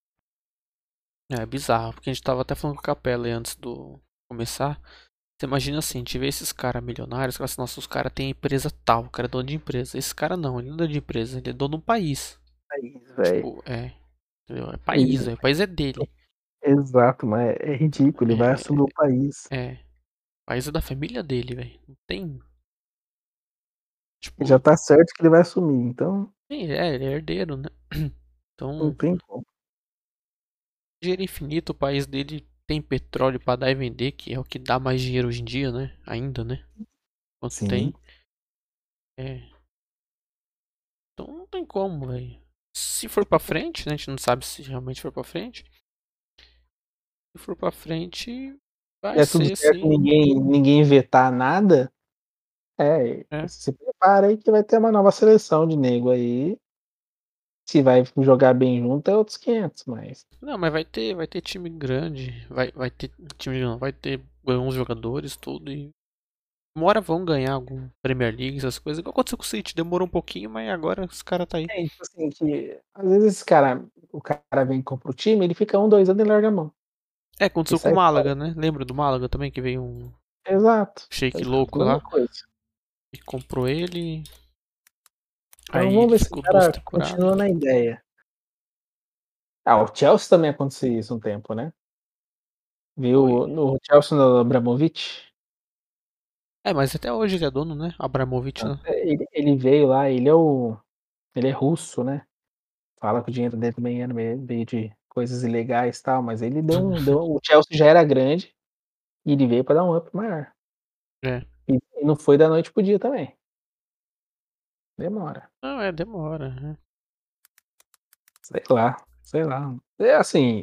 É bizarro, porque a gente tava até falando com o Capela aí antes do começar. Você imagina assim, a gente vê esses caras milionários, que assim, nossa, os caras têm empresa tal, o cara é dono de empresa. Esse cara não, ele não é dono de empresa, ele é dono de um país. País, velho. Tipo, é, entendeu? É E país, é, o país é dele. Exato, mas é ridículo, ele vai assumir o país. É, é. O país é da família dele, velho. Não tem. Já Tipo, tá certo que ele vai assumir, então sim, é, ele é herdeiro, né? não Então, tem como. dinheiro infinito, o país dele tem petróleo pra dar e vender, que é o que dá mais dinheiro hoje em dia, né? Ainda, né? Quanto Sim. tem. É. Então não tem como, velho. Se for pra frente, né? A gente não sabe se realmente for pra frente. Se for pra frente, vai É tudo ser certo, sim. ninguém ninguém vetar nada, é, É. se prepara aí que vai ter uma nova seleção de nego aí. Se vai jogar bem junto é outros quinhentos, mas Não, mas vai ter, vai ter time grande. Vai, vai ter time não, vai ter bons jogadores, tudo. E uma hora vão ganhar algum Premier League, essas coisas. Igual aconteceu com o City, demorou um pouquinho, mas agora os caras tá aí. é, tipo assim, que às vezes esse cara o cara vem e compra o time, ele fica um, dois anos e larga a mão, É, e aconteceu com o sai fora. Málaga, né? Lembra do Málaga também, que veio um Exato, shake exato, louco mesma lá coisa. e comprou ele. Então Aí vamos ele ver se o ficou duas cara temporadas. continua na ideia. Ah, o Chelsea também acontecia isso um tempo, né. Foi. Viu no Chelsea no Abramovich? É, mas até hoje ele é dono, né? Abramovich, né? Ele ele veio lá, ele é o ele é russo, né, fala que o dinheiro dele também era meio veio de coisas ilegais e tal, mas ele deu um deu o Chelsea já era grande, e ele veio pra dar um up maior. É. E e não foi da noite para o dia também. Demora. Não, é, demora, né? Sei lá, sei lá. É assim,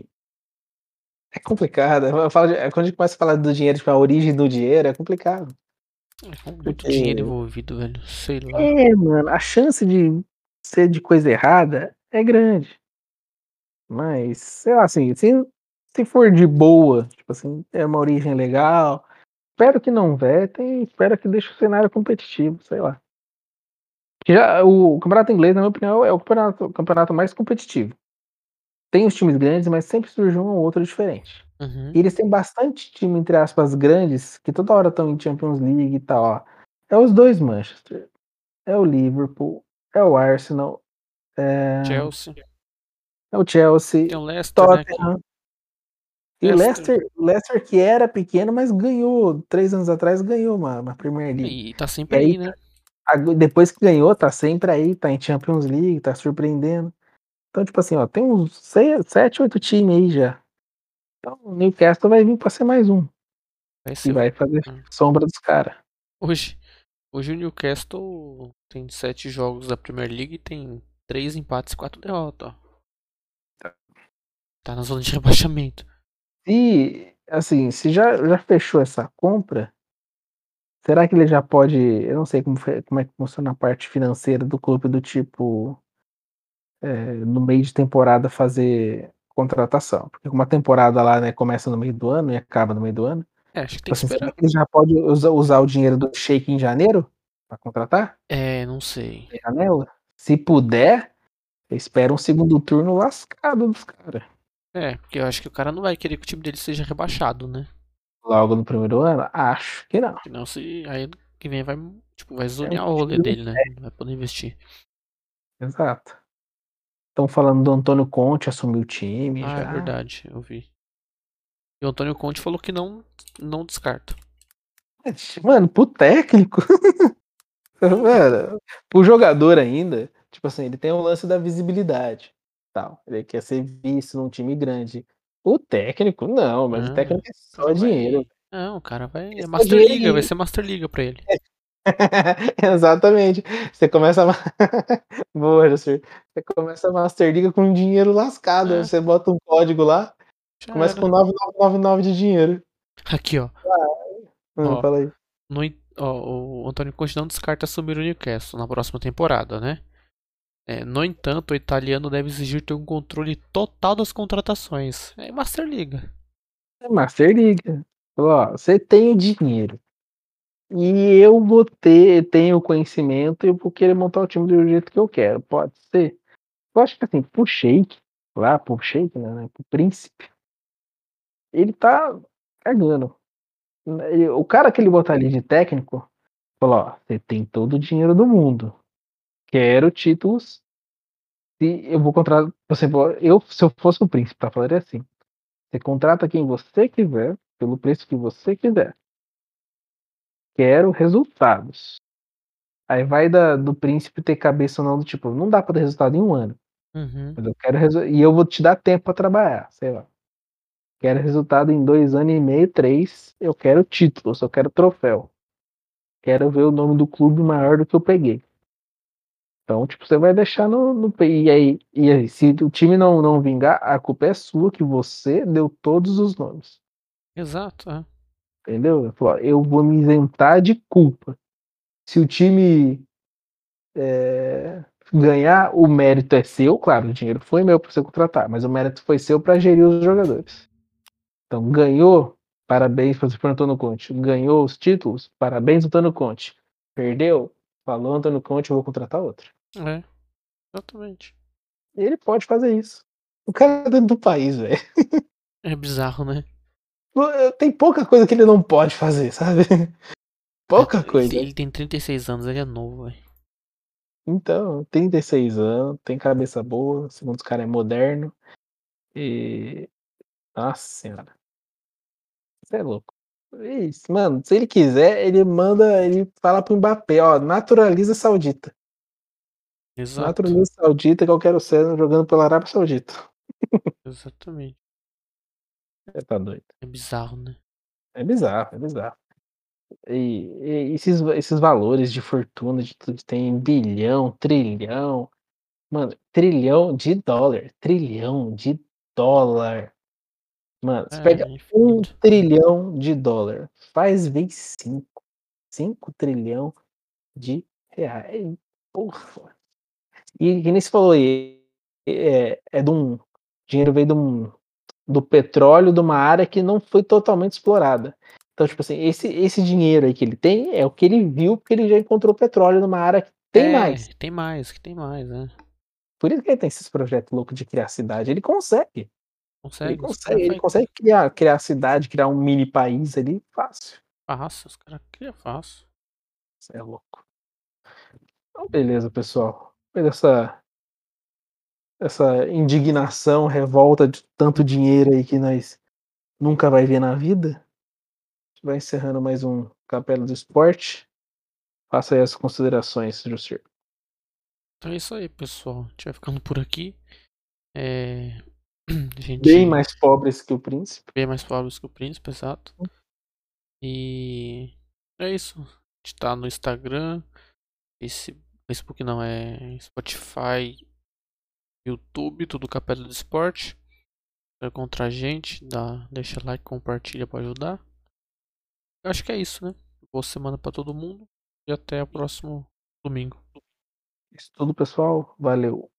é complicado, eu falo de quando a gente começa a falar do dinheiro, tipo, a origem do dinheiro, é complicado. É com muito dinheiro Porque envolvido, velho. Sei lá. é, mano, a chance de ser de coisa errada é grande. Mas, sei lá, assim, se se for de boa, tipo assim, é uma origem legal, espero que não vetem, espero que deixe o cenário competitivo, sei lá. Que já o campeonato inglês, na minha opinião, é o campeonato o campeonato mais competitivo. Tem os times grandes, mas sempre surge um ou outro diferente. Uhum. E eles têm bastante time, entre aspas, grandes, que toda hora estão em Champions League e tal, ó. É os dois Manchester, é o Liverpool, é o Arsenal, é Chelsea. é o Chelsea, Tem o Leicester, né? Que... Tottenham. E o Leicester. Leicester o Leicester que era pequeno, mas ganhou, três anos atrás ganhou uma uma Premier League. E tá E sempre aí aí, né? ago depois que ganhou, tá sempre aí, tá em Champions League, tá surpreendendo. Então, tipo assim, ó, tem uns seis, sete, oito time aí já. Então o Newcastle vai vir pra ser mais um, Vai que ser. vai fazer Hum. sombra dos cara. Hoje, hoje o Newcastle tem sete jogos da Premier League e tem três empates e quatro derrotas, ó. Tá na zona de rebaixamento. Se, assim, se já já fechou essa compra, será que ele já pode eu não sei como foi como é que funciona a parte financeira do clube, do tipo, eh, no meio de temporada fazer contratação, porque uma temporada lá, né, começa no meio do ano e acaba no meio do ano. É, acho que tem Tipo que assim, será esperar. que ele já pode usa usar o dinheiro do Sheik em janeiro, pra contratar? É, não sei. Na janela? Se puder, eu espero um segundo turno lascado dos cara. É, porque eu acho que o cara não vai querer que o time dele seja rebaixado, né? Logo no primeiro ano? Acho que não. Senão se. Aí ano que vem vai. Tipo, vai É um zonear o rolê time dele, né? Não vai poder investir. exato. Estão falando do Antônio Conte assumir o time Ah, é já. verdade, eu vi. E o Antônio Conte falou que não, não descarta. Mano, pro técnico, mano, pro jogador ainda, tipo assim, ele tem o lance da visibilidade, tal. Ele quer ser visto num time grande. O técnico, não, mas o Não, técnico o é só cara dinheiro. vai. Não, o cara vai. É É só Master dinheiro Liga, vai e ser Master Liga pra ele. exatamente. Você começa a ma boa, Jacir. Você começa a Master Liga com dinheiro lascado, É, você bota um código lá, já começa era. com nove nove nove nove de dinheiro. Aqui, ó. Hã, Ó, fala aí. no, en- ó, o Antônio Conte não descarta assumir o Newcastle na próxima temporada, né? É, no entanto, o italiano deve exigir ter um controle total das contratações. É Master Liga. É Master Liga. Falou: "Ó, você tem o dinheiro, e eu vou ter tenho o conhecimento e eu vou querer montar o time do jeito que eu quero, pode ser?". Eu acho que assim, para o Sheik, lá para o Sheik, né, né, para o príncipe, ele tá cagando. E o cara que ele botar ali de técnico, falou: "Ó, você tem todo o dinheiro do mundo, quero títulos, e eu vou contratar você, eu se eu fosse o príncipe, tá, falaria assim: Você contrata quem você quiser, pelo preço que você quiser. Quero resultados. Aí vai da, do príncipe ter cabeça ou não, do tipo, não dá pra ter resultado em um ano. Uhum. Mas eu quero resu- e eu vou te dar tempo pra trabalhar, sei lá. Quero resultado em dois anos e meio, três. Eu quero título, eu só quero troféu. Quero ver o nome do clube maior do que eu peguei. Então, tipo, você vai deixar no, no e aí, e aí, se o time não, não vingar, a culpa é sua, que você deu todos os nomes. Exato, é. Entendeu? Eu, falo, ó, eu vou me isentar de culpa. Se o time é, ganhar, o mérito é seu, claro, o dinheiro foi meu para você contratar, mas o mérito foi seu para gerir os jogadores. Então, ganhou, parabéns para o Antônio Conte. Ganhou os títulos, parabéns, Antônio Conte. Perdeu, falou Antônio Conte, eu vou contratar outro. É, exatamente. Ele pode fazer isso. O cara é dentro do país, velho. É bizarro, né? Tem pouca coisa que ele não pode fazer, sabe? É, Pouca ele, tem, coisa. ele tem trinta e seis anos, ele é novo, velho. Então, trinta e seis anos, tem cabeça boa, segundo os caras é moderno. E. Nossa senhora, você é louco. Isso, mano, se ele quiser, ele manda, ele fala pro Mbappé, ó, naturaliza Saudita. Exato, Naturaliza Saudita que eu quero ser jogando pela Arábia Saudita. exatamente. É, tá doido. É bizarro, né? É bizarro, é bizarro. E, e esses, esses valores de fortuna, de tudo que tem bilhão, trilhão. Mano, trilhão de dólar. Trilhão de dólar. Mano, você É, pega um infinito. trilhão de dólar. Faz vezes cinco. Cinco trilhão de reais. Porra. E que nem você falou aí, é, é de um. Dinheiro veio de um, do petróleo de uma área que não foi totalmente explorada. Então, tipo assim, esse, esse dinheiro aí que ele tem é o que ele viu, porque ele já encontrou petróleo numa área que tem mais. É, tem mais, que tem mais, né? Por isso que ele tem esses projetos loucos de criar cidade. Ele consegue. Ele Consegue, os consegue, caras ele faz consegue criar, criar cidade, criar um mini país ali fácil. fácil, os caras criam fácil. Isso é louco. Então, beleza, pessoal. Depois dessa, essa indignação, revolta de tanto dinheiro aí que nós nunca vai ver na vida, a gente vai encerrando mais um Capela do Esporte. Faça aí as considerações, Jussir. Então é isso aí, pessoal. A gente vai ficando por aqui. É... A Bem gente mais pobres que o príncipe. vê mais pobres que o príncipe, exato. E é isso. A gente tá no Instagram, esse Facebook não, é Spotify, YouTube, tudo Capela do Esporte. Vai encontrar a gente, dá, deixa like, compartilha pra ajudar. Eu acho que é isso, né? Boa semana pra todo mundo e até o próximo domingo. Isso tudo, pessoal. Valeu.